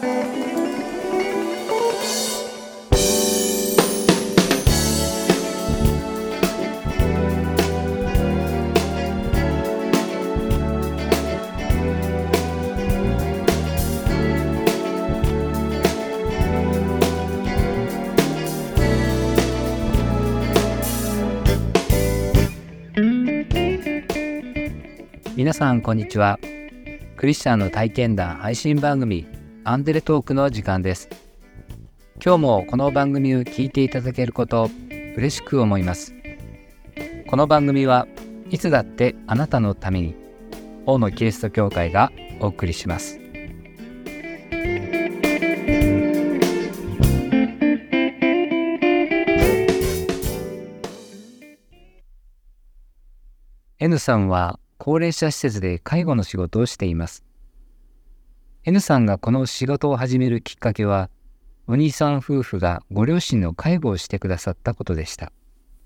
皆さんこんにちは。クリスチャンの体験談配信番組アンデレトークの時間です。今日もこの番組を聞いていただけることを嬉しく思います。この番組はいつだってあなたのために大野キリスト教会がお送りします。N さんは高齢者施設で介護の仕事をしています。N さんがこの仕事を始めるきっかけは、お兄さん夫婦がご両親の介護をしてくださったことでした。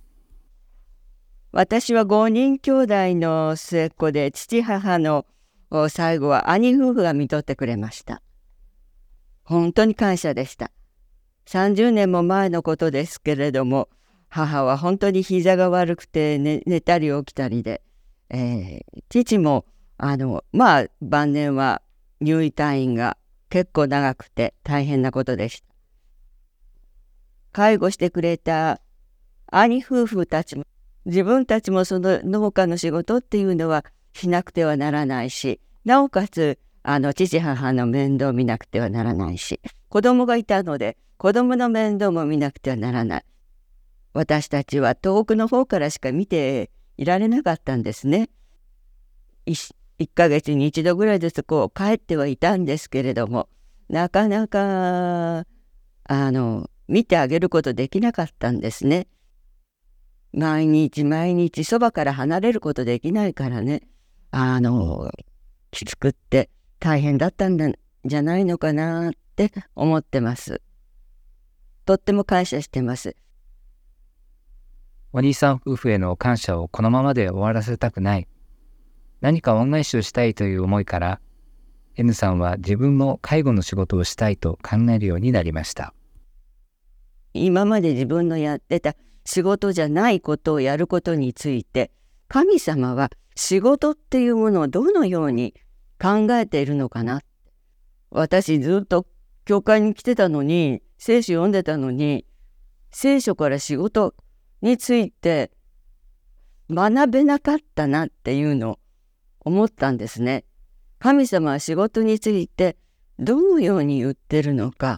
私は5人兄弟の末っ子で、父母の最後は兄夫婦が看取ってくれました。本当に感謝でした。30年も前のことですけれども、母は本当に膝が悪くて 寝たり起きたりで、父も晩年は入院退院が結構長くて大変なことでした。介護してくれた兄夫婦たちも、自分たちもその農家の仕事っていうのはしなくてはならないし、なおかつ父母の面倒を見なくてはならないし、子供がいたので子供の面倒も見なくてはならない。私たちは遠くの方からしか見ていられなかったんですね。1ヶ月に1度ぐらいずつ帰ってはいたんですけれども、なかなか見てあげることできなかったんですね。毎日そばから離れることできないからね、きつくって大変だったんじゃないのかなって思ってます。とっても感謝してます。 お兄さん夫婦への感謝をこのままで終わらせたくない。何か恩返しをしたいという思いから、N さんは自分も介護の仕事をしたいと考えるようになりました。 今まで自分のやってた仕事じゃないことをやることについて、神様は仕事っていうものをどのように考えているのかな。私ずっと教会に来てたのに、聖書読んでたのに、聖書から仕事について学べなかったなっていうのを思ったんですね。神様は仕事についてどのように言ってるのか。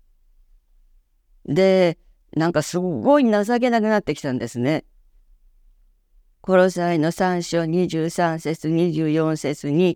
で、なんかすごい情けなくなってきたんですね。コロサイの3章23節24節に、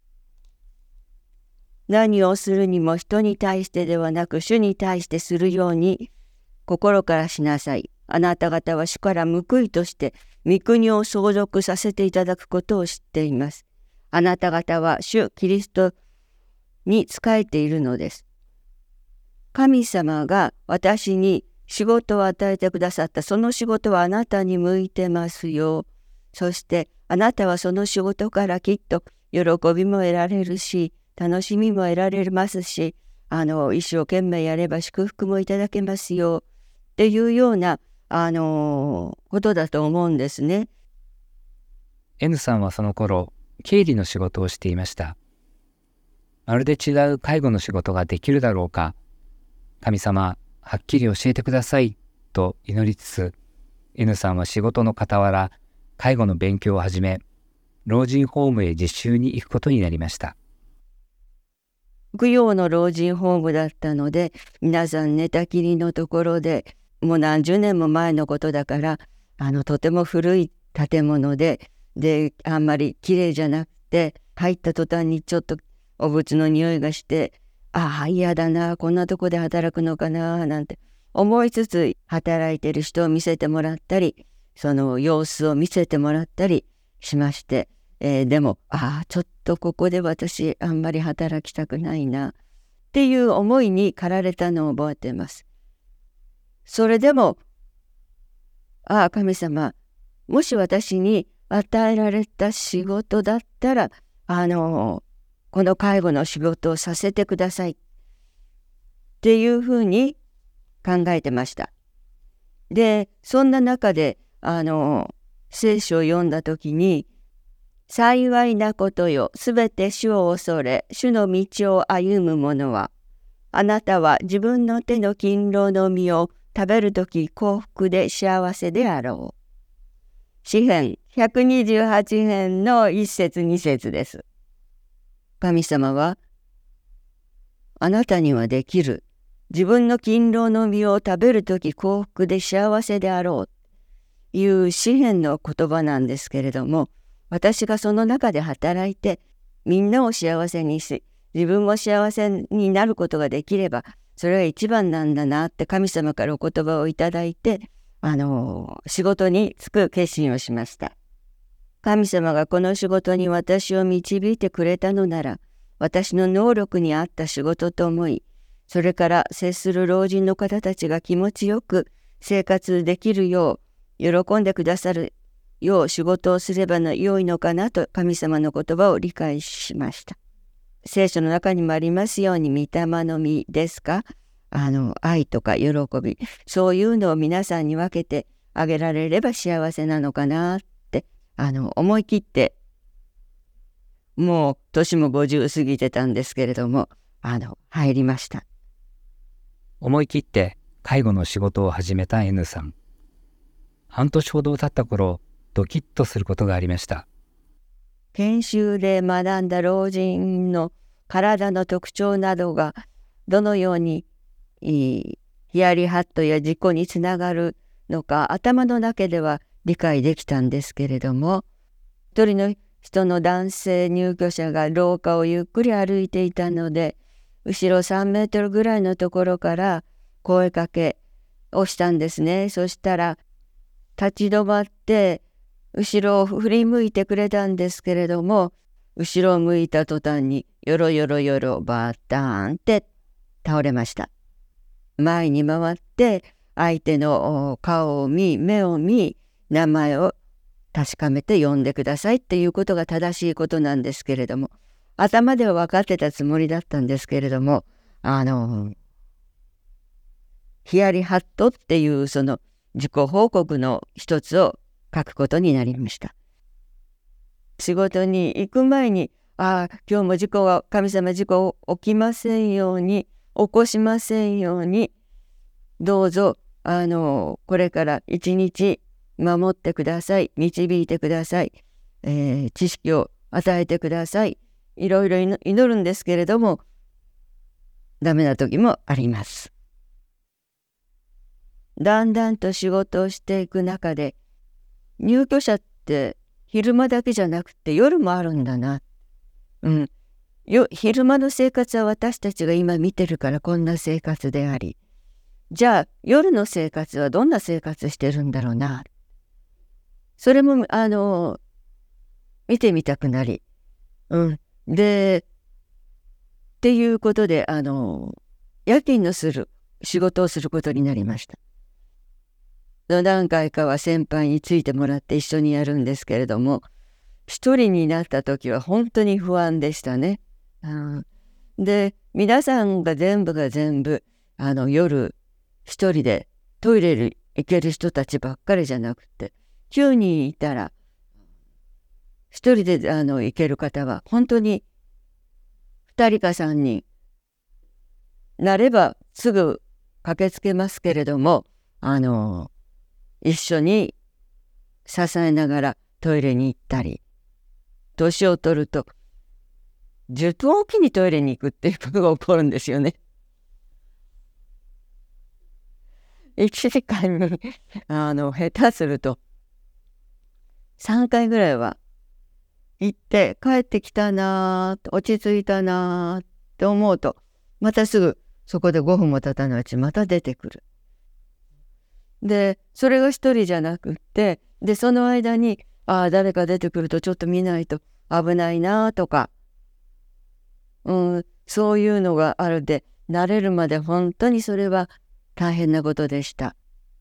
何をするにも人に対してではなく主に対してするように心からしなさい。あなた方は主から報いとして御国を相続させていただくことを知っています。あなた方は主キリストに仕えているのです。神様が私に仕事を与えてくださったその仕事はあなたに向いてますよ。そしてあなたはその仕事からきっと喜びも得られるし、楽しみも得られますし、一生懸命やれば祝福もいただけますよっていうようなことだと思うんですね。 N さんはその頃、経理の仕事をしていました。まるで違う介護の仕事ができるだろうか。神様、はっきり教えてくださいと祈りつつ、N さんは仕事の傍ら、介護の勉強を始め、老人ホームへ実習に行くことになりました。 供養の老人ホームだったので、皆さん寝たきりのところで、もう何十年も前のことだから、とても古い建物で、あんまりきれいじゃなくて、入った途端にちょっとお仏の匂いがして、ああ嫌だな、こんなとこで働くのかななんて思いつつ、働いてる人を見せてもらったり、その様子を見せてもらったりしまして、でもちょっとここで私あんまり働きたくないなっていう思いに駆られたのを覚えています。それでも神様、もし私に与えられた仕事だったらこの介護の仕事をさせてください。 っていうふうに考えてました。で、そんな中で聖書を読んだ時に、幸いなことよ、すべて主を恐れ、主の道を歩む者は、あなたは自分の手の勤労の実を食べるとき幸福で幸せであろう。詩編128編の1節2節です。神様は、あなたにはできる。自分の勤労の実を食べるとき幸福で幸せであろう。いう詩編の言葉なんですけれども、私がその中で働いて、みんなを幸せにし、自分も幸せになることができれば、それは一番なんだなって神様からお言葉をいただいて、仕事に就く決心をしました。神様がこの仕事に私を導いてくれたのなら、私の能力に合った仕事と思い、それから接する老人の方たちが気持ちよく生活できるよう、喜んでくださるよう仕事をすれば良いのかなと神様の言葉を理解しました。聖書の中にもありますように、御霊の実ですか、愛とか喜び、そういうのを皆さんに分けてあげられれば幸せなのかなって思い切って、もう年も50過ぎてたんですけれども入りました。 思い切って介護の仕事を始めた N さん。半年ほど経った頃、ドキッとすることがありました。 研修で学んだ老人の体の特徴などがどのようにヒヤリハットや事故につながるのか頭の中では理解できたんですけれども、一人の人の男性入居者が廊下をゆっくり歩いていたので、後ろ3メートルぐらいのところから声かけをしたんですね。そしたら立ち止まって後ろを振り向いてくれたんですけれども、後ろを向いた途端によろよろよろバターンって倒れました。前に回って相手の顔を見、目を見、名前を確かめて呼んでくださいっていうことが正しいことなんですけれども、頭では分かってたつもりだったんですけれども、ヒヤリハットっていうその自己報告の一つを書くことになりました。仕事に行く前に、今日も神様事故起きませんように、起こしませんように、どうぞこれから一日守ってください、導いてください、知識を与えてください、いろいろ祈るんですけれども、ダメな時もあります。だんだんと仕事をしていく中で、入居者って昼間だけじゃなくて夜もあるんだな。昼間の生活は私たちが今見てるからこんな生活であり、じゃあ夜の生活はどんな生活してるんだろうな。それも見てみたくなり、でっていうことで夜勤の仕事をすることになりました。何回かは先輩についてもらって一緒にやるんですけれども、一人になった時は本当に不安でしたね。で、皆さんが全部夜一人でトイレに行ける人たちばっかりじゃなくて、9人いたら一人で行ける方は本当に2人か3人なればすぐ駆けつけますけれども、一緒に支えながらトイレに行ったり、年を取ると10分おきにトイレに行くっていうことが起こるんですよね。1時間に下手すると3回ぐらいは行って帰ってきたなー、落ち着いたなーって思うと、またすぐそこで5分も経たないうちまた出てくる。で、それが一人じゃなくって、で、その間に、誰か出てくるとちょっと見ないと危ないなとか、そういうのがあるで、慣れるまで本当にそれは大変なことでした。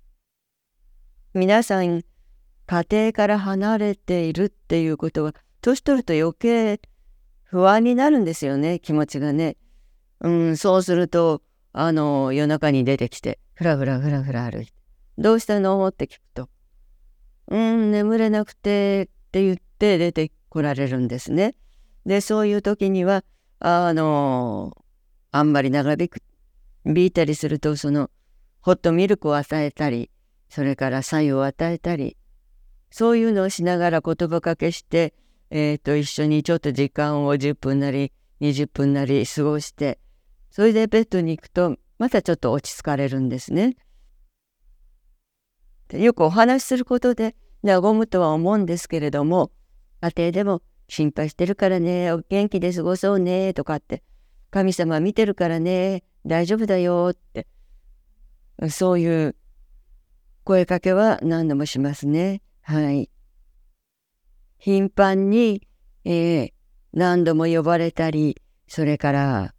皆さん、家庭から離れているっていうことは、年取ると余計不安になるんですよね、気持ちがね。そうすると、 夜中に出てきて、ふらふら歩いて、どうしたのって聞くと、眠れなくてって言って出てこられるんですね。で、そういう時には、あんまり長引いたりすると、ホットミルクを与えたり、それから白湯を与えたり、そういうのをしながら言葉かけして、一緒にちょっと時間を10分なり20分なり過ごして、それでベッドに行くとまたちょっと落ち着かれるんですね。でよくお話しすることで和むとは思うんですけれども、家庭でも心配してるからね、お元気で過ごそうねとかって、神様見てるからね、大丈夫だよって、そういう声かけは何度もしますね。はい。頻繁に、何度も呼ばれたり、それから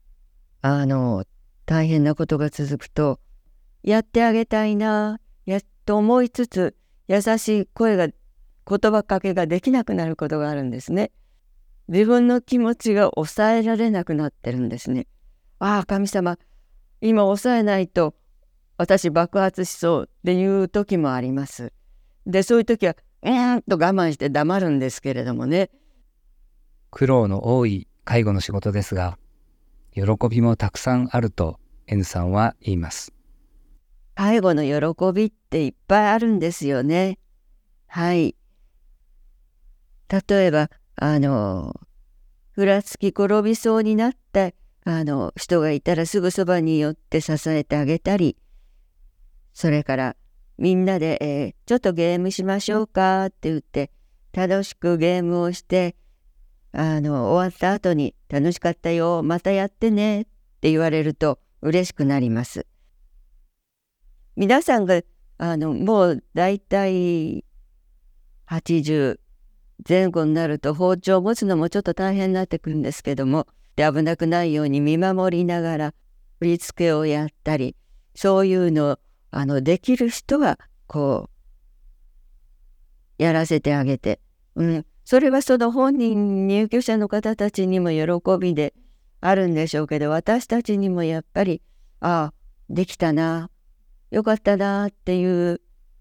大変なことが続くと、やってあげたいなと思いつつ、優しい言葉かけができなくなることがあるんですね。自分の気持ちが抑えられなくなってるんですね。神様、今抑えないと私爆発しそうっていう時もあります。で、そういう時はと我慢して黙るんですけれどもね。 苦労の多い介護の仕事ですが、喜びもたくさんあると N さんは言います。 介護の喜びっていっぱいあるんですよね。はい。例えばふらつき転びそうになって人がいたらすぐそばに寄って支えてあげたり、それからみんなで、ちょっとゲームしましょうかって言って楽しくゲームをして、終わった後に楽しかったよ、またやってねって言われると嬉しくなります。皆さんがもうだいたい80前後になると包丁を持つのもちょっと大変になってくるんですけども、で危なくないように見守りながら振り付けをやったり、そういうのをできる人はやらせてあげて、それはその本人入居者の方たちにも喜びであるんでしょうけど、私たちにもやっぱりできたな、よかったなっていう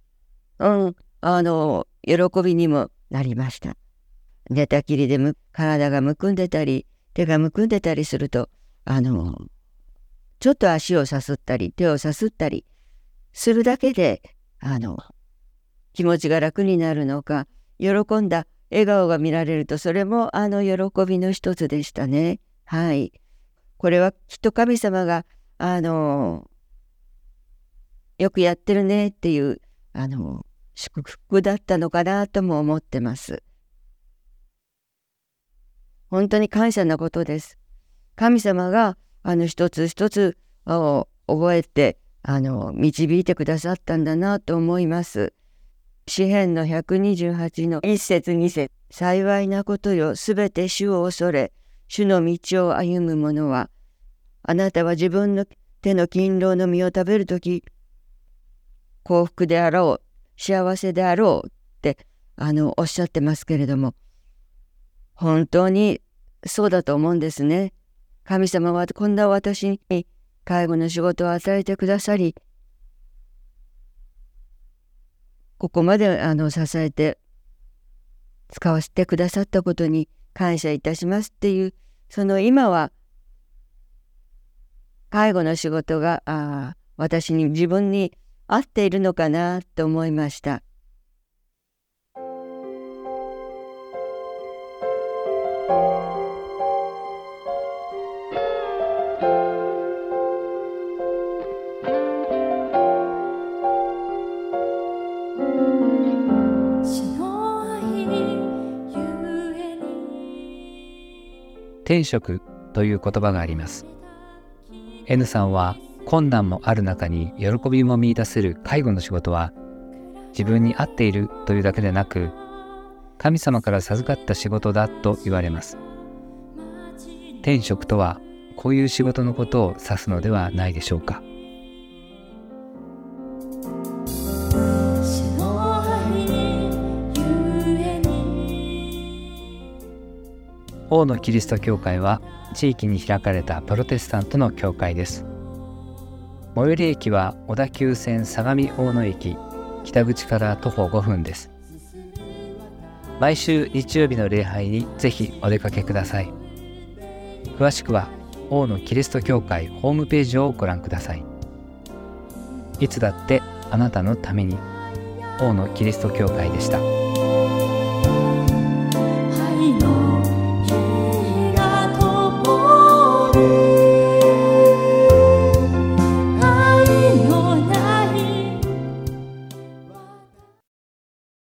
喜びにもなりました。寝たきりで体がむくんでたり手がむくんでたりするとちょっと足をさすったり手をさすったりするだけで気持ちが楽になるのか、喜んだ笑顔が見られると、それも喜びの一つでしたね。はい。これはきっと神様がよくやってるねっていう祝福だったのかなとも思ってます。本当に感謝なことです。神様が一つ一つを覚えて導いてくださったんだなと思います。詩編の128の1節2節、幸いなことよ、すべて主を恐れ、主の道を歩む者は、あなたは自分の手の勤労の実を食べるとき、幸福であろう、幸せであろうっておっしゃってますけれども、本当にそうだと思うんですね。神様はこんな私に介護の仕事を与えてくださり、ここまで支えて使わせてくださったことに感謝いたしますっていう、その今は介護の仕事が自分に合っているのかなと思いました。 天職という言葉があります。N さんは困難もある中に喜びも見出せる介護の仕事は、自分に合っているというだけでなく、神様から授かった仕事だと言われます。天職とはこういう仕事のことを指すのではないでしょうか。王のキリスト教会は地域に開かれたプロテスタントの教会です。 最寄り駅は小田急線相模大野駅北口から徒歩5分です。毎週日曜日の礼拝にぜひお出かけください。詳しくは大野キリスト教会ホームページをご覧ください。いつだってあなたのために、大野キリスト教会でした。